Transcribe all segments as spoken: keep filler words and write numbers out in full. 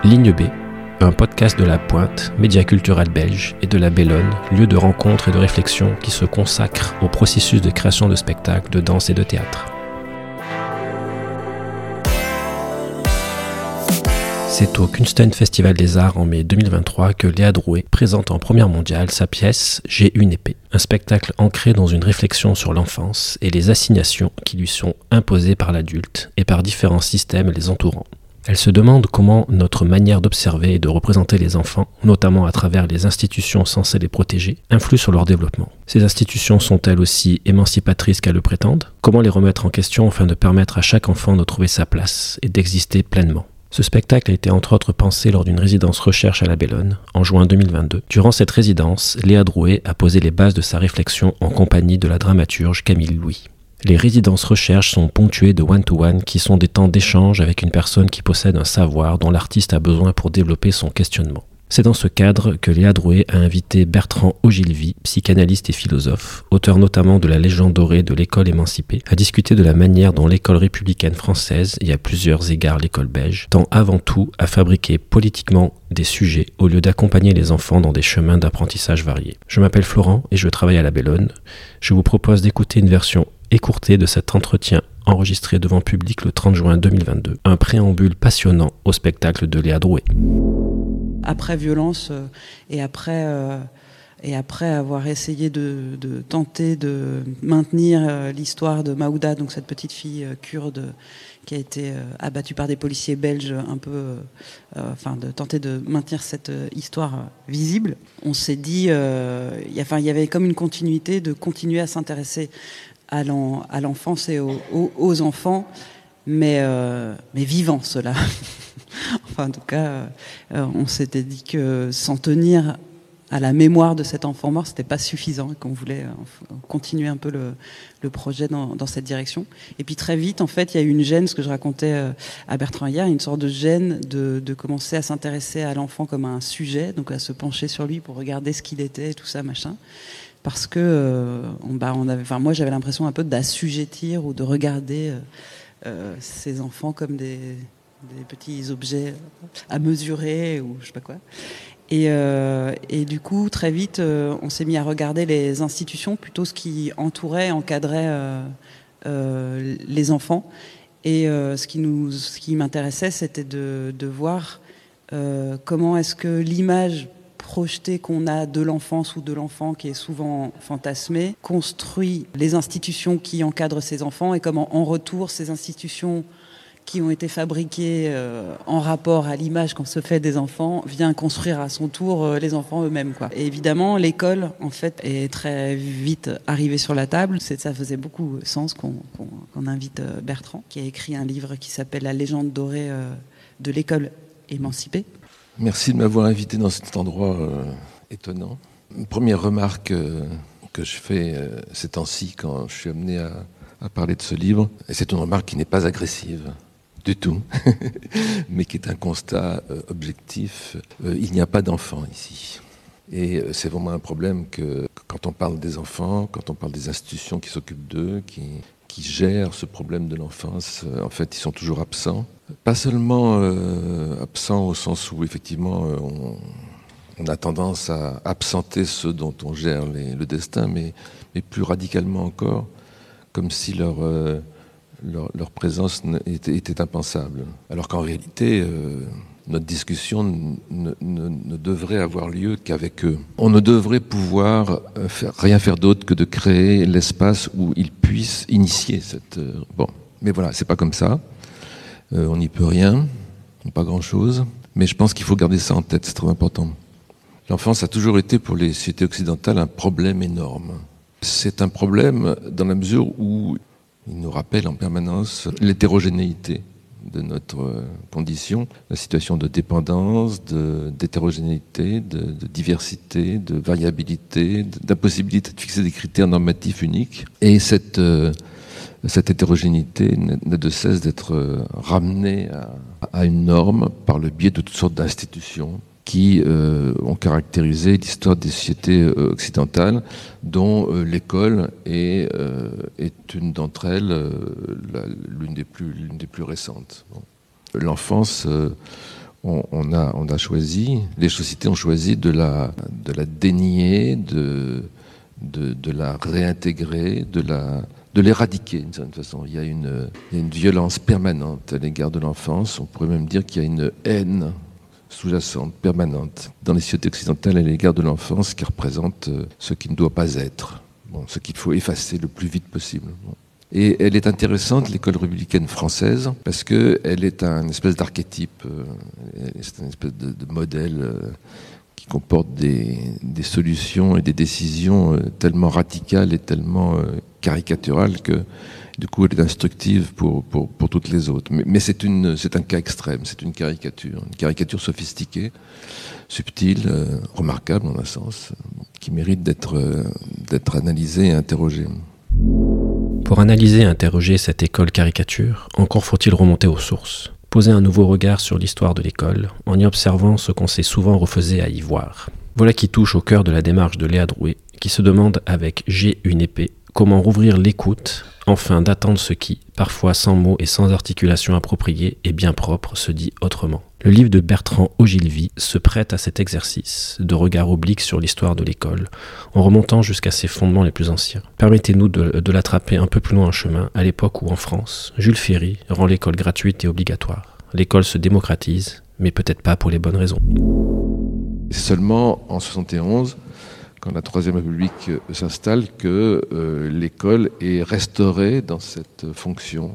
Ligne B, un podcast de La Pointe, média culturel belge, et de la Bellone, lieu de rencontre et de réflexion qui se consacre au processus de création de spectacles, de danse et de théâtre. C'est au Kunsten Festival des Arts en mai deux mille vingt-trois que Léa Drouet présente en première mondiale sa pièce « J'ai une épée », un spectacle ancré dans une réflexion sur l'enfance et les assignations qui lui sont imposées par l'adulte et par différents systèmes les entourant. Elle se demande comment notre manière d'observer et de représenter les enfants, notamment à travers les institutions censées les protéger, influe sur leur développement. Ces institutions sont-elles aussi émancipatrices qu'elles le prétendent ? Comment les remettre en question afin de permettre à chaque enfant de trouver sa place et d'exister pleinement ? Ce spectacle a été entre autres pensé lors d'une résidence recherche à la Bellone, en juin deux mille vingt-deux. Durant cette résidence, Léa Drouet a posé les bases de sa réflexion en compagnie de la dramaturge Camille Louis. Les résidences recherche sont ponctuées de one-to-one qui sont des temps d'échange avec une personne qui possède un savoir dont l'artiste a besoin pour développer son questionnement. C'est dans ce cadre que Léa Drouet a invité Bertrand Ogilvy, psychanalyste et philosophe, auteur notamment de La légende dorée de l'école émancipée, à discuter de la manière dont l'école républicaine française, et à plusieurs égards l'école belge, tend avant tout à fabriquer politiquement des sujets au lieu d'accompagner les enfants dans des chemins d'apprentissage variés. Je m'appelle Florent et je travaille à la Bellone. Je vous propose d'écouter une version écourtée de cet entretien enregistré devant public le trente juin deux mille vingt-deux, un préambule passionnant au spectacle de Léa Drouet. Après violence euh, et après euh, et après avoir essayé de, de tenter de maintenir euh, l'histoire de Maouda, donc cette petite fille euh, kurde qui a été euh, abattue par des policiers belges, un peu, euh, euh, enfin de tenter de maintenir cette euh, histoire euh, visible. On s'est dit, euh, y, enfin il y avait comme une continuité de continuer à s'intéresser à, l'en, à l'enfance et aux, aux, aux enfants, mais euh, mais vivants ceux-là. Enfin, en tout cas, euh, on s'était dit que s'en tenir à la mémoire de cet enfant mort, c'était pas suffisant et qu'on voulait euh, continuer un peu le, le projet dans, dans cette direction. Et puis très vite, en fait, il y a eu une gêne, ce que je racontais euh, à Bertrand hier, une sorte de gêne de, de commencer à s'intéresser à l'enfant comme à un sujet, donc à se pencher sur lui pour regarder ce qu'il était et tout ça, machin. Parce que, euh, on, bah, on avait, enfin, moi, j'avais l'impression un peu d'assujettir ou de regarder euh, euh, ces enfants comme des des petits objets à mesurer ou je sais pas quoi. Et, euh, et du coup, très vite, euh, on s'est mis à regarder les institutions, plutôt ce qui entourait, encadrait euh, euh, les enfants. Et euh, ce qui nous, ce qui m'intéressait, c'était de, de voir euh, comment est-ce que l'image projetée qu'on a de l'enfance ou de l'enfant qui est souvent fantasmé construit les institutions qui encadrent ces enfants et comment, en retour, ces institutions qui ont été fabriqués euh, en rapport à l'image qu'on se fait des enfants, vient construire à son tour euh, les enfants eux-mêmes, quoi. Et évidemment, l'école, en fait, est très vite arrivée sur la table. C'est, ça faisait beaucoup sens qu'on, qu'on, qu'on invite euh, Bertrand, qui a écrit un livre qui s'appelle « La légende dorée euh, de l'école émancipée ». Merci de m'avoir invité dans cet endroit euh, étonnant. Une première remarque euh, que je fais euh, ces temps-ci quand je suis amené à, à parler de ce livre, et c'est une remarque qui n'est pas agressive du tout, mais qui est un constat euh, objectif. Euh, il n'y a pas d'enfants ici. Et euh, c'est vraiment un problème que, que quand on parle des enfants, quand on parle des institutions qui s'occupent d'eux, qui, qui gèrent ce problème de l'enfance, euh, en fait, ils sont toujours absents. Pas seulement euh, absents au sens où, effectivement, euh, on, on a tendance à absenter ceux dont on gère les, le destin, mais, mais plus radicalement encore, comme si leur... Euh, Leur, leur présence était, était impensable. Alors qu'en réalité, euh, notre discussion ne, ne, ne devrait avoir lieu qu'avec eux. On ne devrait pouvoir faire, rien faire d'autre que de créer l'espace où ils puissent initier cette... Euh, bon, mais voilà, c'est pas comme ça. Euh, on n'y peut rien, pas grand-chose. Mais je pense qu'il faut garder ça en tête, c'est très important. L'enfance a toujours été pour les sociétés occidentales un problème énorme. C'est un problème dans la mesure où il nous rappelle en permanence l'hétérogénéité de notre condition, la situation de dépendance, de, d'hétérogénéité, de, de diversité, de variabilité, d'impossibilité de fixer des critères normatifs uniques. Et cette, euh, cette hétérogénéité n'a de cesse d'être ramenée à, à une norme par le biais de toutes sortes d'institutions qui euh, ont caractérisé l'histoire des sociétés euh, occidentales, dont euh, l'école est, euh, est une d'entre elles, euh, la, l'une des plus, l'une des plus récentes. Bon. L'enfance, euh, on, on, a, on a choisi, les sociétés ont choisi de la, de la dénier, de, de, de la réintégrer, de la... de l'éradiquer d'une certaine façon. Il y a une, il y a une violence permanente à l'égard de l'enfance. On pourrait même dire qu'il y a une haine sous-jacente, permanente, dans les sociétés occidentales à l'égard de l'enfance qui représente ce qui ne doit pas être, bon, ce qu'il faut effacer le plus vite possible. Bon. Et elle est intéressante, l'école républicaine française, parce qu'elle est un espèce d'archétype, c'est un espèce de, de modèle qui comporte des, des solutions et des décisions tellement radicales et tellement caricaturales que du coup elle est instructive pour, pour, pour toutes les autres. Mais, mais c'est, une, c'est un cas extrême, c'est une caricature, une caricature sophistiquée, subtile, euh, remarquable en un sens, qui mérite d'être, euh, d'être analysée et interrogée. Pour analyser et interroger cette école caricature, encore faut-il remonter aux sources. Poser un nouveau regard sur l'histoire de l'école, en y observant ce qu'on s'est souvent refusé à y voir. Voilà qui touche au cœur de la démarche de Léa Drouet, qui se demande avec « J'ai une épée » comment rouvrir l'écoute, afin d'attendre ce qui, parfois sans mots et sans articulation appropriée et bien propre, se dit autrement. Le livre de Bertrand Ogilvy se prête à cet exercice de regard oblique sur l'histoire de l'école, en remontant jusqu'à ses fondements les plus anciens. Permettez-nous de, de l'attraper un peu plus loin en chemin, à l'époque où, en France, Jules Ferry rend l'école gratuite et obligatoire. L'école se démocratise, mais peut-être pas pour les bonnes raisons. C'est seulement en soixante et onze, quand la Troisième République s'installe, que euh, l'école est restaurée dans cette fonction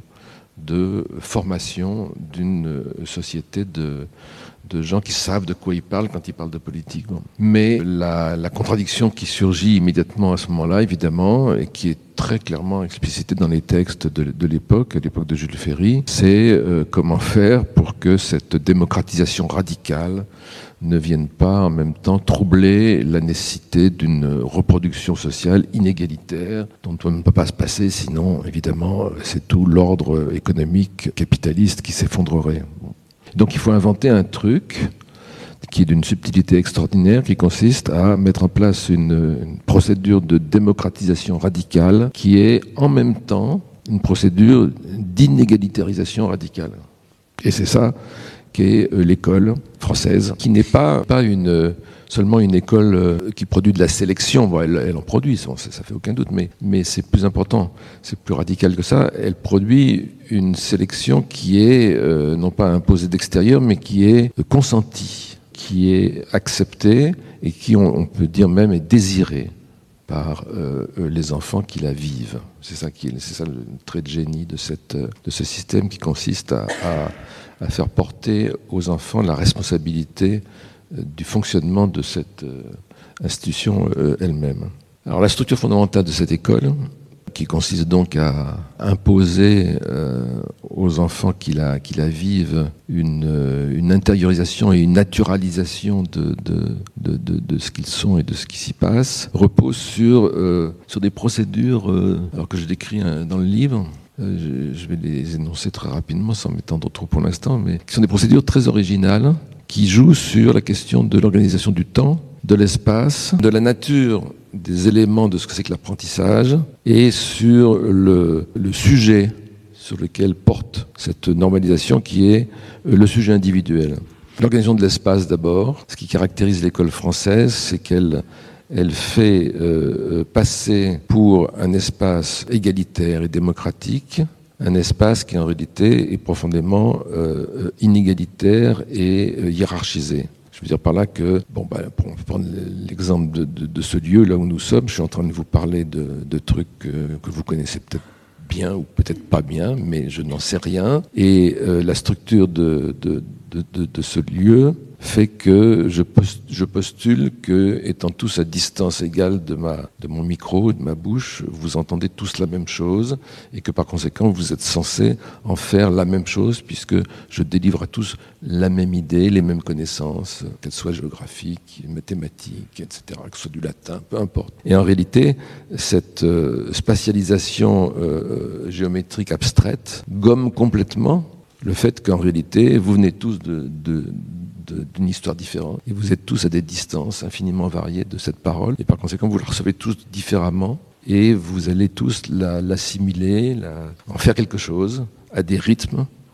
de formation d'une société de, de gens qui savent de quoi ils parlent quand ils parlent de politique. Bon. Mais la, la contradiction qui surgit immédiatement à ce moment-là, évidemment, et qui est très clairement explicitée dans les textes de, de l'époque, à l'époque de Jules Ferry, c'est euh, comment faire pour que cette démocratisation radicale ne viennent pas en même temps troubler la nécessité d'une reproduction sociale inégalitaire dont on ne peut pas se passer, sinon évidemment c'est tout l'ordre économique capitaliste qui s'effondrerait. Donc il faut inventer un truc qui est d'une subtilité extraordinaire, qui consiste à mettre en place une, une procédure de démocratisation radicale qui est en même temps une procédure d'inégalitarisation radicale. Et c'est ça qu'est l'école française, qui n'est pas, pas une, seulement une école qui produit de la sélection. Bon, elle, elle en produit, ça, ça fait aucun doute, mais, mais c'est plus important, c'est plus radical que ça. Elle produit une sélection qui est euh, non pas imposée d'extérieur, mais qui est consentie, qui est acceptée et qui, on, on peut dire même, est désirée par euh, les enfants qui la vivent. C'est ça, qui est, c'est ça le trait de génie de, cette, de ce système qui consiste à, à à faire porter aux enfants la responsabilité euh, du fonctionnement de cette euh, institution euh, elle-même. Alors la structure fondamentale de cette école, qui consiste donc à imposer euh, aux enfants qui la, qui la vivent une, euh, une intériorisation et une naturalisation de, de, de, de, de ce qu'ils sont et de ce qui s'y passe, repose sur, euh, sur des procédures euh, alors que je décris hein, dans le livre. Euh, je, je vais les énoncer très rapidement sans m'étendre trop pour l'instant, mais qui sont des procédures très originales qui jouent sur la question de l'organisation du temps, de l'espace, de la nature des éléments de ce que c'est que l'apprentissage et sur le, le sujet sur lequel porte cette normalisation qui est le sujet individuel. L'organisation de l'espace d'abord. Ce qui caractérise l'école française, c'est qu'elle Elle fait euh, passer pour un espace égalitaire et démocratique, un espace qui en réalité est profondément euh, inégalitaire et euh, hiérarchisé. Je veux dire par là que, bon, bah, on peut prendre l'exemple de, de, de ce lieu là où nous sommes. Je suis en train de vous parler de, de trucs que, que vous connaissez peut-être bien ou peut-être pas bien, mais je n'en sais rien. Et euh, la structure de, de, de, de, de ce lieu fait que je, post, je postule que, étant tous à distance égale de, ma, de mon micro, de ma bouche, vous entendez tous la même chose et que par conséquent vous êtes censés en faire la même chose puisque je délivre à tous la même idée, les mêmes connaissances, qu'elles soient géographiques, mathématiques, et cetera, que ce soit du latin, peu importe. Et en réalité, cette euh, spatialisation euh, géométrique abstraite gomme complètement le fait qu'en réalité, vous venez tous de, de d'une histoire différente et vous êtes tous à des distances infiniment variées de cette parole et par conséquent vous la recevez tous différemment et vous allez tous la, l'assimiler, la, en faire quelque chose à des rythmes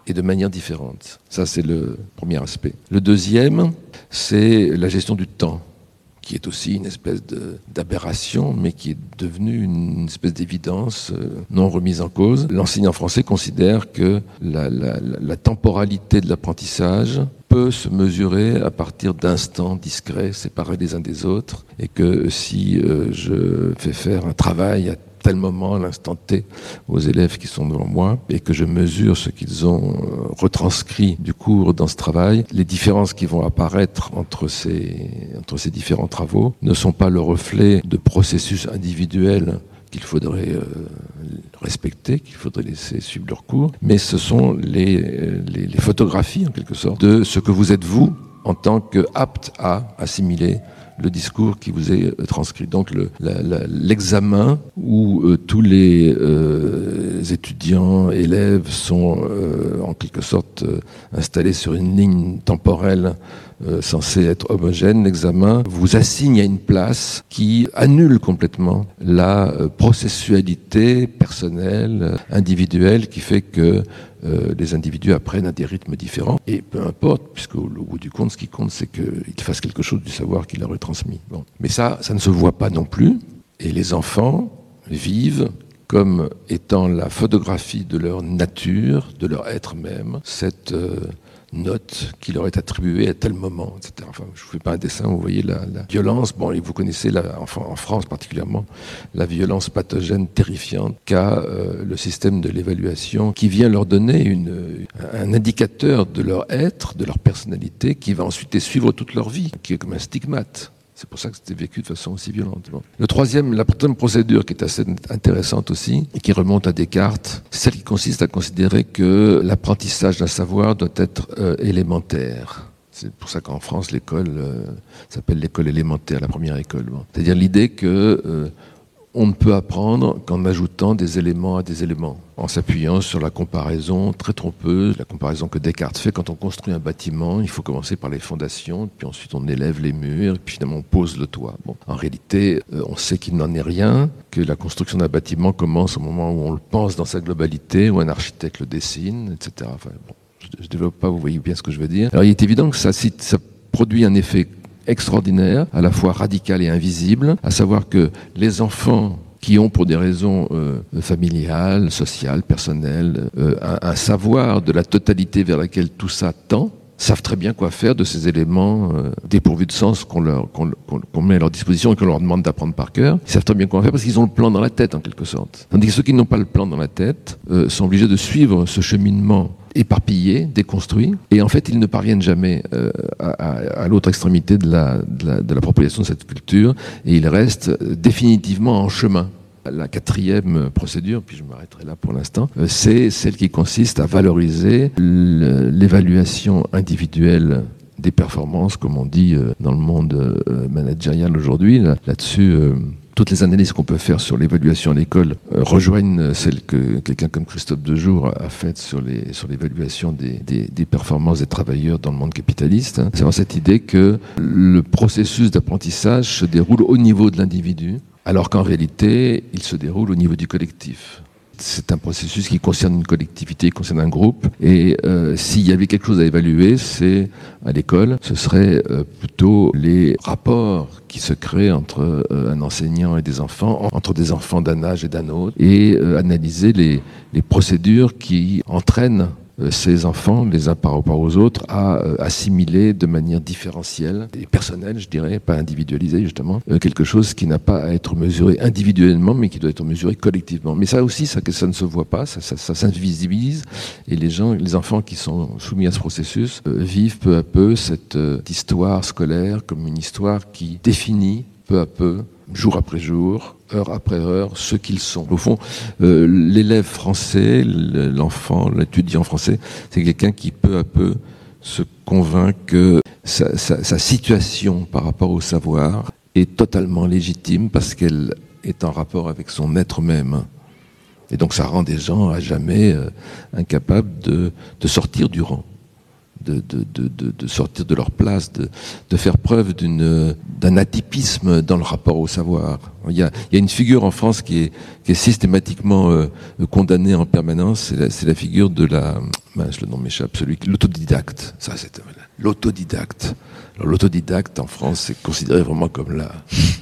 et de manière différente. Ça, c'est le premier aspect. Le deuxième, c'est la gestion du temps, qui est aussi une espèce de, d'aberration, mais qui est devenue une espèce d'évidence euh, non remise en cause. L'enseignant français considère que la, la, la temporalité de l'apprentissage peut se mesurer à partir d'instants discrets, séparés les uns des autres, et que si euh, je fais faire un travail à tel moment, à l'instant T, aux élèves qui sont devant moi, et que je mesure ce qu'ils ont retranscrit du cours dans ce travail, les différences qui vont apparaître entre ces, entre ces différents travaux ne sont pas le reflet de processus individuels qu'il faudrait euh, respecter, qu'il faudrait laisser suivre leur cours, mais ce sont les, les, les photographies, en quelque sorte, de ce que vous êtes vous, en tant qu'apte à assimiler le discours qui vous est transcrit. Donc le, la, la, l'examen où euh, tous les euh, étudiants, élèves sont euh, en quelque sorte euh, installés sur une ligne temporelle euh, censée être homogène, l'examen vous assigne à une place qui annule complètement la euh, processualité personnelle, euh, individuelle, qui fait que Euh, les individus apprennent à des rythmes différents, et peu importe, puisque au, au bout du compte, ce qui compte, c'est qu'ils fassent quelque chose du savoir qu'il a retransmis. Bon. Mais ça, ça ne se voit pas non plus, et les enfants vivent comme étant la photographie de leur nature, de leur être même, cette euh, note qui leur est attribuée à tel moment, et cetera. Enfin, je ne vous fais pas un dessin, vous voyez la, la violence, bon, et vous connaissez, la, en, en France particulièrement, la violence pathogène terrifiante qu'a euh, le système de l'évaluation, qui vient leur donner une, un indicateur de leur être, de leur personnalité, qui va ensuite les suivre toute leur vie, qui est comme un stigmate. C'est pour ça que c'était vécu de façon aussi violente. Le troisième, la troisième procédure qui est assez intéressante aussi, et qui remonte à Descartes, c'est celle qui consiste à considérer que l'apprentissage d'un savoir doit être euh, élémentaire. C'est pour ça qu'en France, l'école euh, s'appelle l'école élémentaire, la première école. Bon. C'est-à-dire l'idée que euh, on ne peut apprendre qu'en ajoutant des éléments à des éléments, en s'appuyant sur la comparaison très trompeuse, la comparaison que Descartes fait. Quand on construit un bâtiment, il faut commencer par les fondations, puis ensuite on élève les murs, et puis finalement on pose le toit. Bon. En réalité, on sait qu'il n'en est rien, que la construction d'un bâtiment commence au moment où on le pense dans sa globalité, où un architecte le dessine, et cetera. Enfin, bon, je ne développe pas, vous voyez bien ce que je veux dire. Alors il est évident que ça, ça produit un effet extraordinaire, à la fois radical et invisible, à savoir que les enfants qui ont, pour des raisons euh, familiales, sociales, personnelles, euh, un, un savoir de la totalité vers laquelle tout ça tend, savent très bien quoi faire de ces éléments euh, dépourvus de sens qu'on, leur, qu'on, qu'on, qu'on met à leur disposition et qu'on leur demande d'apprendre par cœur. Ils savent très bien quoi faire parce qu'ils ont le plan dans la tête, en quelque sorte. Tandis que ceux qui n'ont pas le plan dans la tête euh, sont obligés de suivre ce cheminement éparpillés, déconstruits, et en fait ils ne parviennent jamais euh, à, à, à l'autre extrémité de la, de, la, de la propagation de cette culture, et ils restent définitivement en chemin. La quatrième procédure, puis je m'arrêterai là pour l'instant, euh, c'est celle qui consiste à valoriser le, l'évaluation individuelle des performances, comme on dit euh, dans le monde euh, managérial aujourd'hui. Là, là-dessus, euh, toutes les analyses qu'on peut faire sur l'évaluation à l'école euh, rejoignent celles que quelqu'un comme Christophe Dejour a faites sur, les, sur l'évaluation des, des, des performances des travailleurs dans le monde capitaliste. Hein. C'est vraiment cette idée que le processus d'apprentissage se déroule au niveau de l'individu, alors qu'en réalité, il se déroule au niveau du collectif. C'est un processus qui concerne une collectivité, qui concerne un groupe. Et euh, s'il y avait quelque chose à évaluer, c'est à l'école, ce serait euh, plutôt les rapports qui se créent entre euh, un enseignant et des enfants, entre des enfants d'un âge et d'un autre, et euh, analyser les, les procédures qui entraînent ces enfants, les uns par rapport aux autres, à euh, assimiler de manière différentielle et personnelle, je dirais, pas individualisée justement, euh, quelque chose qui n'a pas à être mesuré individuellement, mais qui doit être mesuré collectivement. Mais ça aussi, ça, ça ne se voit pas, ça, ça, ça s'invisibilise, et les gens, les enfants qui sont soumis à ce processus euh, vivent peu à peu cette euh, histoire scolaire comme une histoire qui définit peu à peu, jour après jour, heure après heure, ce qu'ils sont. Au fond, euh, l'élève français, l'enfant, l'étudiant français, c'est quelqu'un qui peu à peu se convainc que sa, sa, sa situation par rapport au savoir est totalement légitime parce qu'elle est en rapport avec son être même. Et donc ça rend des gens à jamais euh, incapables de, de sortir du rang, de, de, de, de, de sortir de leur place, de, de faire preuve d'une, d'un atypisme dans le rapport au savoir. Il y a, il y a une figure en France qui est, qui est systématiquement euh, condamnée en permanence, c'est la, c'est la figure de la, mince, le nom m'échappe, celui qui, l'autodidacte. Ça, c'est l'autodidacte. Alors, l'autodidacte en France, c'est considéré vraiment comme la,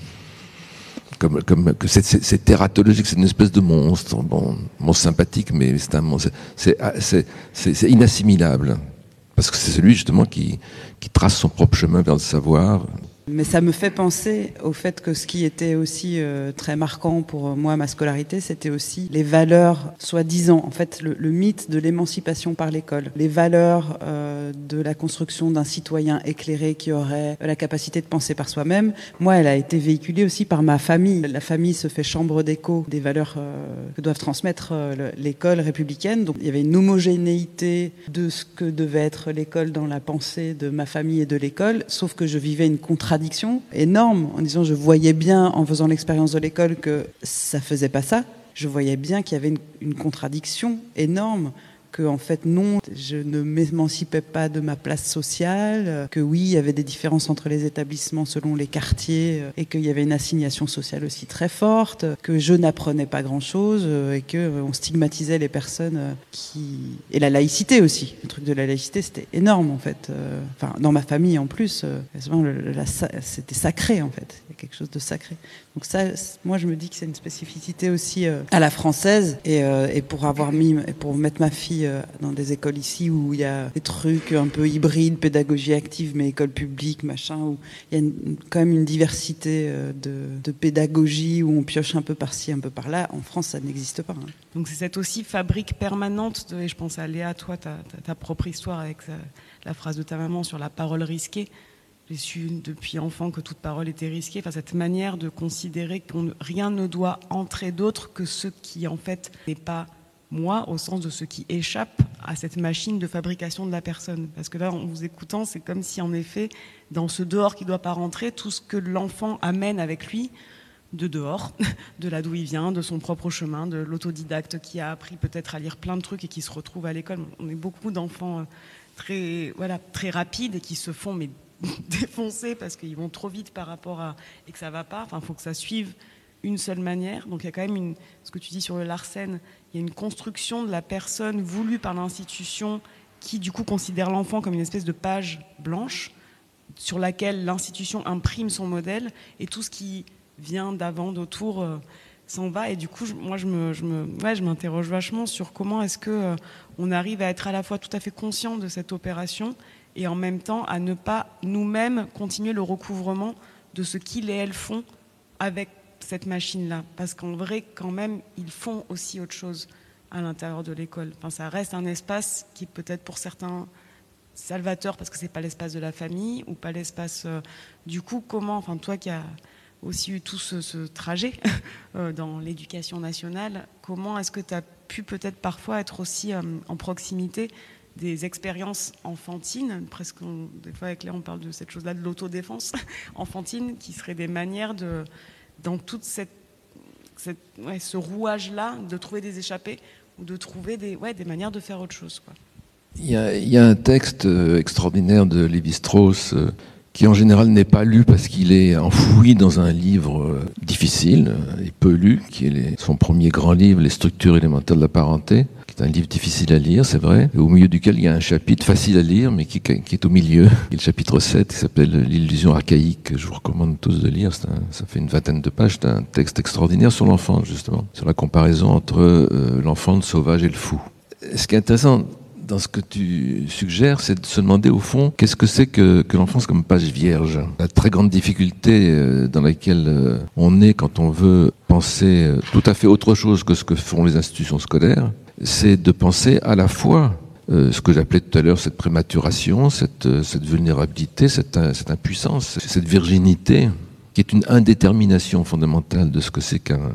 comme, comme que c'est, c'est, c'est tératologique, c'est une espèce de monstre, bon, monstre sympathique, mais c'est un monstre, c'est, c'est, c'est, c'est inassimilable. Parce que c'est celui justement qui, qui trace son propre chemin vers le savoir. Mais ça me fait penser au fait que ce qui était aussi euh, très marquant pour moi, ma scolarité, c'était aussi les valeurs soi-disant, en fait, le, le mythe de l'émancipation par l'école. Les valeurs euh, de la construction d'un citoyen éclairé qui aurait la capacité de penser par soi-même. Moi, elle a été véhiculée aussi par ma famille. La famille se fait chambre d'écho des valeurs euh, que doivent transmettre euh, l'école républicaine. Donc, il y avait une homogénéité de ce que devait être l'école dans la pensée de ma famille et de l'école, sauf que je vivais une contradiction énorme en disant je voyais bien en faisant l'expérience de l'école que ça faisait pas ça. Je voyais bien qu'il y avait une, une contradiction énorme, que en fait non, je ne m'émancipais pas de ma place sociale, que oui, il y avait des différences entre les établissements selon les quartiers et qu'il y avait une assignation sociale aussi très forte, que je n'apprenais pas grand-chose et que on stigmatisait les personnes qui... Et la laïcité aussi, le truc de la laïcité c'était énorme en fait. Enfin, dans ma famille en plus, le, la, c'était sacré en fait, il y a quelque chose de sacré. Donc ça, moi je me dis que c'est une spécificité aussi à la française et, et pour avoir mis, pour mettre ma fille dans des écoles ici où il y a des trucs un peu hybrides, pédagogie active, mais école publique, machin, où il y a une, quand même une diversité de, de pédagogie, où on pioche un peu par-ci, un peu par-là. En France, ça n'existe pas. Hein. Donc c'est cette aussi fabrique permanente, de, et je pense à Léa, toi, ta, ta, ta propre histoire avec sa, la phrase de ta maman sur la parole risquée. J'ai su depuis enfant que toute parole était risquée. Enfin, cette manière de considérer que rien ne doit entrer d'autre que ce qui, en fait, n'est pas moi, au sens de ce qui échappe à cette machine de fabrication de la personne. Parce que là, en vous écoutant, c'est comme si, en effet, dans ce dehors qui ne doit pas rentrer, tout ce que l'enfant amène avec lui, de dehors, de là d'où il vient, de son propre chemin, de l'autodidacte qui a appris peut-être à lire plein de trucs et qui se retrouve à l'école. On est beaucoup d'enfants très, voilà, très rapides et qui se font mais, défoncer parce qu'ils vont trop vite par rapport à... et que ça ne va pas. Enfin, il faut que ça suive une seule manière. Donc il y a quand même une, ce que tu dis sur le Larsen, il y a une construction de la personne voulue par l'institution qui du coup considère l'enfant comme une espèce de page blanche sur laquelle l'institution imprime son modèle et tout ce qui vient d'avant, d'autour euh, s'en va. Et du coup, je, moi je, me, je, me, ouais, je m'interroge vachement sur comment est-ce que euh, on arrive à être à la fois tout à fait conscient de cette opération et en même temps à ne pas nous-mêmes continuer le recouvrement de ce qu'ils et elles font avec cette machine-là, parce qu'en vrai, quand même, ils font aussi autre chose à l'intérieur de l'école. Enfin, ça reste un espace qui peut-être pour certains salvateur, parce que c'est pas l'espace de la famille ou pas l'espace. Euh, du coup, comment, enfin, toi qui as aussi eu tout ce, ce trajet euh, dans l'éducation nationale, comment est-ce que tu as pu peut-être parfois être aussi euh, en proximité des expériences enfantines, presque, on, des fois avec Léa on parle de cette chose-là, de l'autodéfense enfantine, qui seraient des manières de, dans toute cette, cette ouais, ce rouage-là, de trouver des échappées ou de trouver des, ouais, des manières de faire autre chose, quoi. Il y a, il y a un texte extraordinaire de Lévi-Strauss euh, qui en général n'est pas lu parce qu'il est enfoui dans un livre euh, difficile et peu lu, qui est les, son premier grand livre, Les structures élémentaires de la parenté, qui est un livre difficile à lire, c'est vrai, et au milieu duquel il y a un chapitre facile à lire, mais qui, qui est au milieu, qui est le chapitre sept, qui s'appelle L'illusion archaïque, que je vous recommande tous de lire. C'est un, ça fait une vingtaine de pages, c'est un texte extraordinaire sur l'enfant, justement, sur la comparaison entre euh, l'enfant, le sauvage et le fou. Ce qui est intéressant dans ce que tu suggères, c'est de se demander au fond qu'est-ce que c'est que, que l'enfance comme page vierge. La très grande difficulté euh, dans laquelle euh, on est quand on veut penser euh, tout à fait autre chose que ce que font les institutions scolaires, c'est de penser à la fois euh, ce que j'appelais tout à l'heure cette prématuration, cette, euh, cette vulnérabilité, cette, euh, cette impuissance, cette virginité, qui est une indétermination fondamentale de ce que c'est qu'un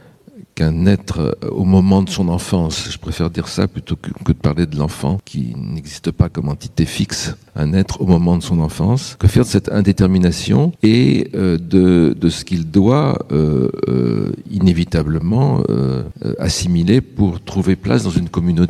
qu'un être au moment de son enfance. Je préfère dire ça plutôt que, que de parler de l'enfant qui n'existe pas comme entité fixe, un être au moment de son enfance. Que faire de cette indétermination et euh, de, de ce qu'il doit euh, euh, inévitablement euh, assimiler pour trouver place dans une communauté.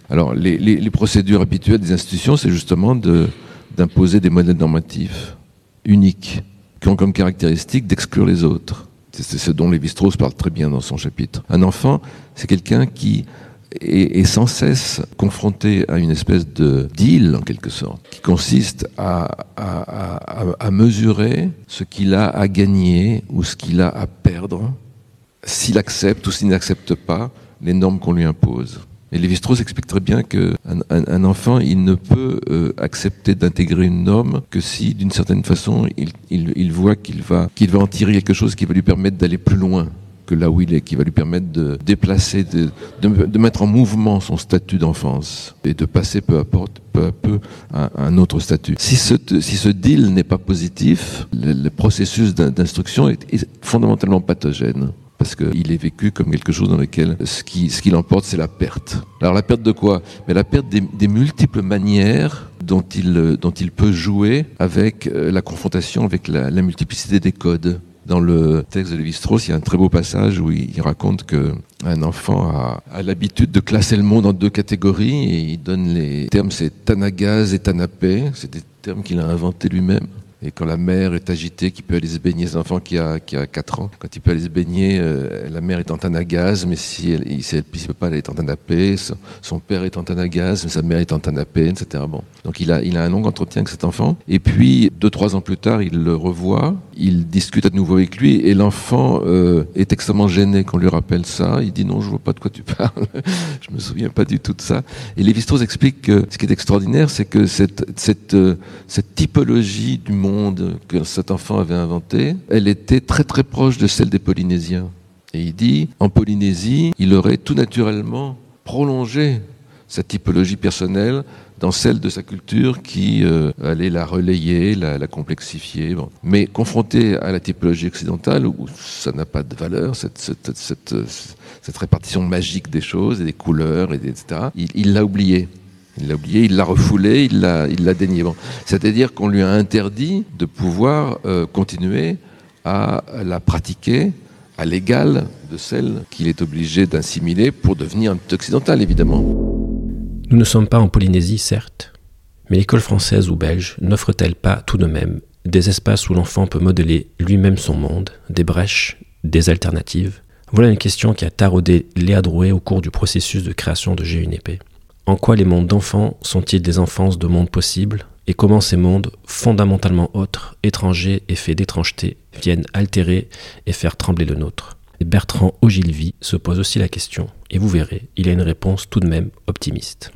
Alors, les, les, les procédures habituelles des institutions, c'est justement de, d'imposer des modèles normatifs uniques, qui ont comme caractéristique d'exclure les autres. C'est ce dont Lévi-Strauss parle très bien dans son chapitre. Un enfant, c'est quelqu'un qui est, est sans cesse confronté à une espèce de deal, en quelque sorte, qui consiste à, à, à, à mesurer ce qu'il a à gagner ou ce qu'il a à perdre, s'il accepte ou s'il n'accepte pas les normes qu'on lui impose. Et Lévi-Strauss explique très bien qu'un un, un enfant, il ne peut euh, accepter d'intégrer une norme que si, d'une certaine façon, il, il, il voit qu'il va, qu'il va en tirer quelque chose qui va lui permettre d'aller plus loin que là où il est, qui va lui permettre de déplacer, de, de, de mettre en mouvement son statut d'enfance et de passer peu à peu, peu, à peu à un autre statut. Si ce, si ce deal n'est pas positif, le, le processus d'instruction est, est fondamentalement pathogène. Parce qu'il est vécu comme quelque chose dans lequel ce qui, ce qui l'emporte, c'est la perte. Alors la perte de quoi ? Mais la perte des, des multiples manières dont il, dont il peut jouer avec la confrontation, avec la, la multiplicité des codes. Dans le texte de Lévi-Strauss, il y a un très beau passage où il, il raconte qu'un enfant a, a l'habitude de classer le monde en deux catégories et il donne les termes, c'est tanagaz et tanapé, c'est des termes qu'il a inventés lui-même. Et quand la mère est agitée, qui peut aller se baigner, c'est un enfant qui a, qui a quatre ans, quand il peut aller se baigner, euh, la mère est en tanagaz, mais si elle ne si peut pas, elle est en tanapé, son, son père est en tanagaz, mais sa mère est en tanapé, et cetera. Bon. Donc il a, il a un long entretien avec cet enfant, et puis deux, trois ans plus tard, il le revoit, il discute à nouveau avec lui, et l'enfant euh, est extrêmement gêné qu'on lui rappelle ça, il dit non, je vois pas de quoi tu parles, je me souviens pas du tout de ça. Et Lévi-Strauss explique que ce qui est extraordinaire, c'est que cette, cette, euh, cette typologie du monde que cet enfant avait inventé, elle était très très proche de celle des Polynésiens. Et il dit, en Polynésie, il aurait tout naturellement prolongé cette typologie personnelle dans celle de sa culture qui euh, allait la relayer, la, la complexifier. Bon. Mais confronté à la typologie occidentale, où ça n'a pas de valeur, cette, cette, cette, cette répartition magique des choses, et des couleurs, et des, et cetera, il, il l'a oublié. Il l'a oublié, il l'a refoulé, il l'a, il l'a dénié. Bon. C'est-à-dire qu'on lui a interdit de pouvoir euh, continuer à la pratiquer à l'égal de celle qu'il est obligé d'assimiler pour devenir un petit occidental, évidemment. Nous ne sommes pas en Polynésie, certes, mais l'école française ou belge n'offre-t-elle pas tout de même des espaces où l'enfant peut modeler lui-même son monde, des brèches, des alternatives ? Voilà une question qui a taraudé Léa Drouet au cours du processus de création de J'ai une épée. En quoi les mondes d'enfants sont-ils des enfances de mondes possibles ? Et comment ces mondes, fondamentalement autres, étrangers et faits d'étrangeté, viennent altérer et faire trembler le nôtre ? Et Bertrand Ogilvy se pose aussi la question, et vous verrez, il a une réponse tout de même optimiste.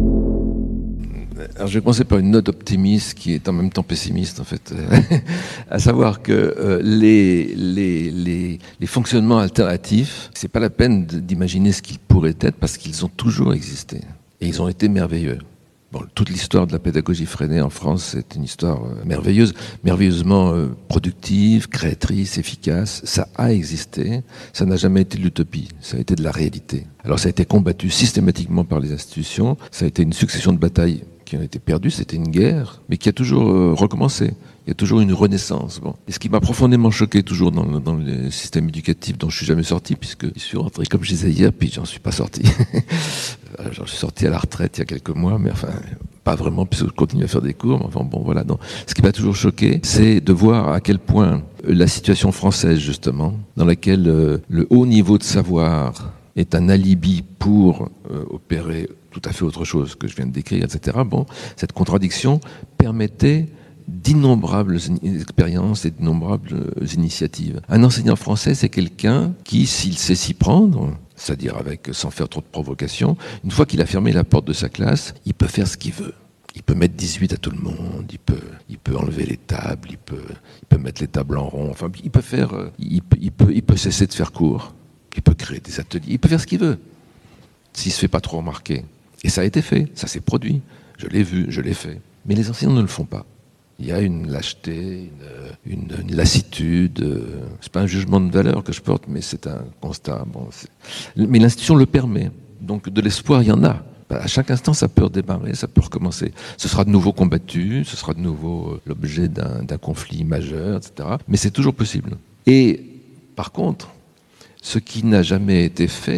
Alors je vais commencer par une note optimiste qui est en même temps pessimiste en fait, à savoir que euh, les, les, les, les fonctionnements alternatifs, c'est pas la peine d'imaginer ce qu'ils pourraient être parce qu'ils ont toujours existé. Et ils ont été merveilleux. Bon, toute l'histoire de la pédagogie freinée en France, c'est une histoire euh, merveilleuse, merveilleusement euh, productive, créatrice, efficace. Ça a existé, ça n'a jamais été de l'utopie, ça a été de la réalité. Alors ça a été combattu systématiquement par les institutions, ça a été une succession de batailles qui ont été perdues, c'était une guerre, mais qui a toujours euh, recommencé. Il y a toujours une renaissance. Bon. Et ce qui m'a profondément choqué toujours dans le, dans le système éducatif dont je suis jamais sorti, puisque je suis rentré, comme je disais hier, puis j'en suis pas sorti. J'en suis sorti à la retraite il y a quelques mois, mais enfin, pas vraiment, puisque je continue à faire des cours, mais enfin bon, voilà. Donc, ce qui m'a toujours choqué, c'est de voir à quel point la situation française, justement, dans laquelle euh, le haut niveau de savoir est un alibi pour euh, opérer tout à fait autre chose que je viens de décrire, et cetera. Bon, cette contradiction permettait d'innombrables expériences et d'innombrables initiatives. Un enseignant français, c'est quelqu'un qui, s'il sait s'y prendre, c'est-à-dire avec, sans faire trop de provocation, une fois qu'il a fermé la porte de sa classe, il peut faire ce qu'il veut. Il peut mettre dix-huit à tout le monde, il peut, il peut enlever les tables, il peut, il peut mettre les tables en rond, enfin, il peut faire, il peut, il peut, il peut cesser de faire cours, il peut créer des ateliers, il peut faire ce qu'il veut, s'il se fait pas trop remarquer. Et ça a été fait, ça s'est produit, je l'ai vu, je l'ai fait. Mais les enseignants ne le font pas. Il y a une lâcheté, une, une, une lassitude. Euh, c'est pas un jugement de valeur que je porte, mais c'est un constat. Bon, c'est... Mais l'institution le permet. Donc de l'espoir, il y en a. À chaque instant, ça peut redémarrer, ça peut recommencer. Ce sera de nouveau combattu, ce sera de nouveau euh, l'objet d'un, d'un conflit majeur, et cetera. Mais c'est toujours possible. Et par contre, ce qui n'a jamais été fait,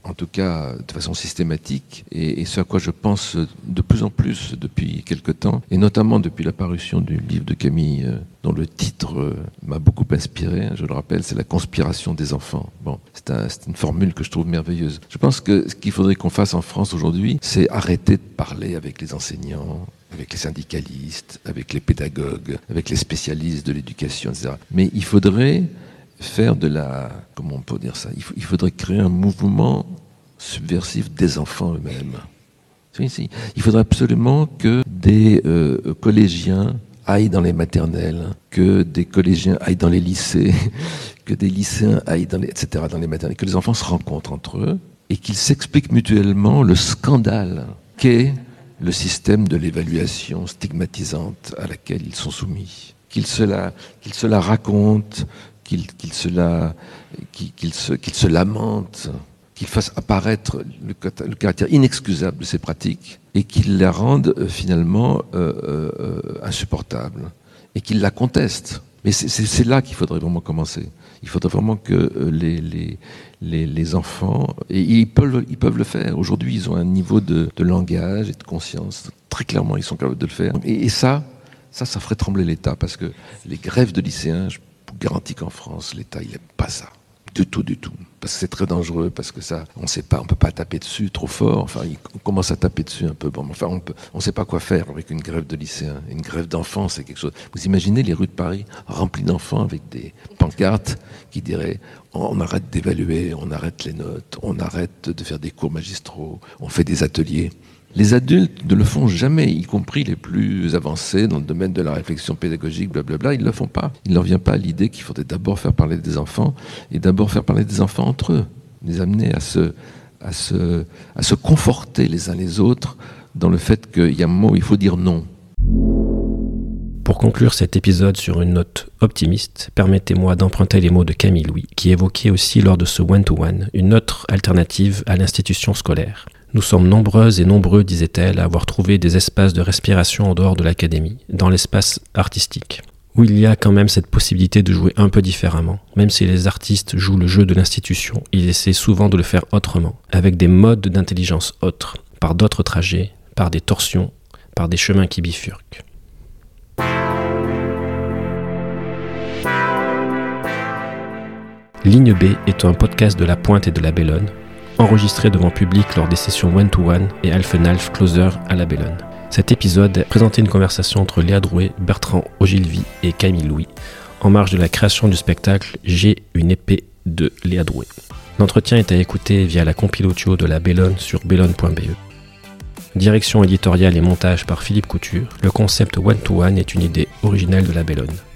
en tout cas de façon systématique, et, et ce à quoi je pense de plus en plus depuis quelque temps, et notamment depuis la parution du livre de Camille, euh, dont le titre euh, m'a beaucoup inspiré, hein, je le rappelle, c'est La conspiration des enfants. Bon, c'est, un, c'est une formule que je trouve merveilleuse. Je pense que ce qu'il faudrait qu'on fasse en France aujourd'hui, c'est arrêter de parler avec les enseignants, avec les syndicalistes, avec les pédagogues, avec les spécialistes de l'éducation, et cetera. Mais il faudrait faire de la... Comment on peut dire ça ? Il, faut, il faudrait créer un mouvement subversif des enfants eux-mêmes. Si, si. Il faudrait absolument que des euh, collégiens aillent dans les maternelles, que des collégiens aillent dans les lycées, que des lycéens aillent dans les... et cetera, dans les maternelles, que les enfants se rencontrent entre eux et qu'ils s'expliquent mutuellement le scandale qu'est le système de l'évaluation stigmatisante à laquelle ils sont soumis. Qu'ils se la, qu'ils se la racontent, qu'ils, qu'ils, se, la, qu'ils, qu'ils, se, qu'ils se lamentent, qu'ils fassent apparaître le, le caractère inexcusable de ces pratiques et qu'ils la rendent euh, finalement euh, euh, insupportable et qu'ils la contestent. Mais c'est, c'est, c'est là qu'il faudrait vraiment commencer. Il faudrait vraiment que euh, les, les, les, les enfants, et ils peuvent, ils peuvent le faire. Aujourd'hui, ils ont un niveau de, de langage et de conscience. Très clairement, ils sont capables de le faire. Et, et ça, ça, ça ferait trembler l'État, parce que les grèves de lycéens, je vous garantis qu'en France, l'État, il n'aime pas ça. Du tout, du tout. Parce que c'est très dangereux, parce que ça, on sait pas, on peut pas taper dessus trop fort. Enfin, on commence à taper dessus un peu. Bon, enfin, on peut, on sait pas quoi faire avec une grève de lycéens. Une grève d'enfants, c'est quelque chose. Vous imaginez les rues de Paris remplies d'enfants avec des pancartes qui diraient on arrête d'évaluer, on arrête les notes, on arrête de faire des cours magistraux, on fait des ateliers. Les adultes ne le font jamais, y compris les plus avancés dans le domaine de la réflexion pédagogique, blablabla, ils ne le font pas. Il ne leur vient pas à l'idée qu'il faudrait d'abord faire parler des enfants, et d'abord faire parler des enfants entre eux, les amener à se, à se, à se conforter les uns les autres dans le fait qu'il y a un moment où il faut dire non. Pour conclure cet épisode sur une note optimiste, permettez-moi d'emprunter les mots de Camille Louis, qui évoquait aussi lors de ce one-to-one une autre alternative à l'institution scolaire. Nous sommes nombreuses et nombreux, disait-elle, à avoir trouvé des espaces de respiration en dehors de l'académie, dans l'espace artistique, où il y a quand même cette possibilité de jouer un peu différemment. Même si les artistes jouent le jeu de l'institution, ils essaient souvent de le faire autrement, avec des modes d'intelligence autres, par d'autres trajets, par des torsions, par des chemins qui bifurquent. Ligne B est un podcast de La Pointe et de la Bellone, enregistré devant public lors des sessions one-to-one et Alphenalf Closer à la Bellone. Cet épisode présentait une conversation entre Léa Drouet, Bertrand Ogilvy et Camille Louis, en marge de la création du spectacle J'ai une épée de Léa Drouet. L'entretien est à écouter via la compile audio de la Bellone sur bellone point b e. Direction éditoriale et montage par Philippe Couture, le concept one-to-one est une idée originale de la Bellone.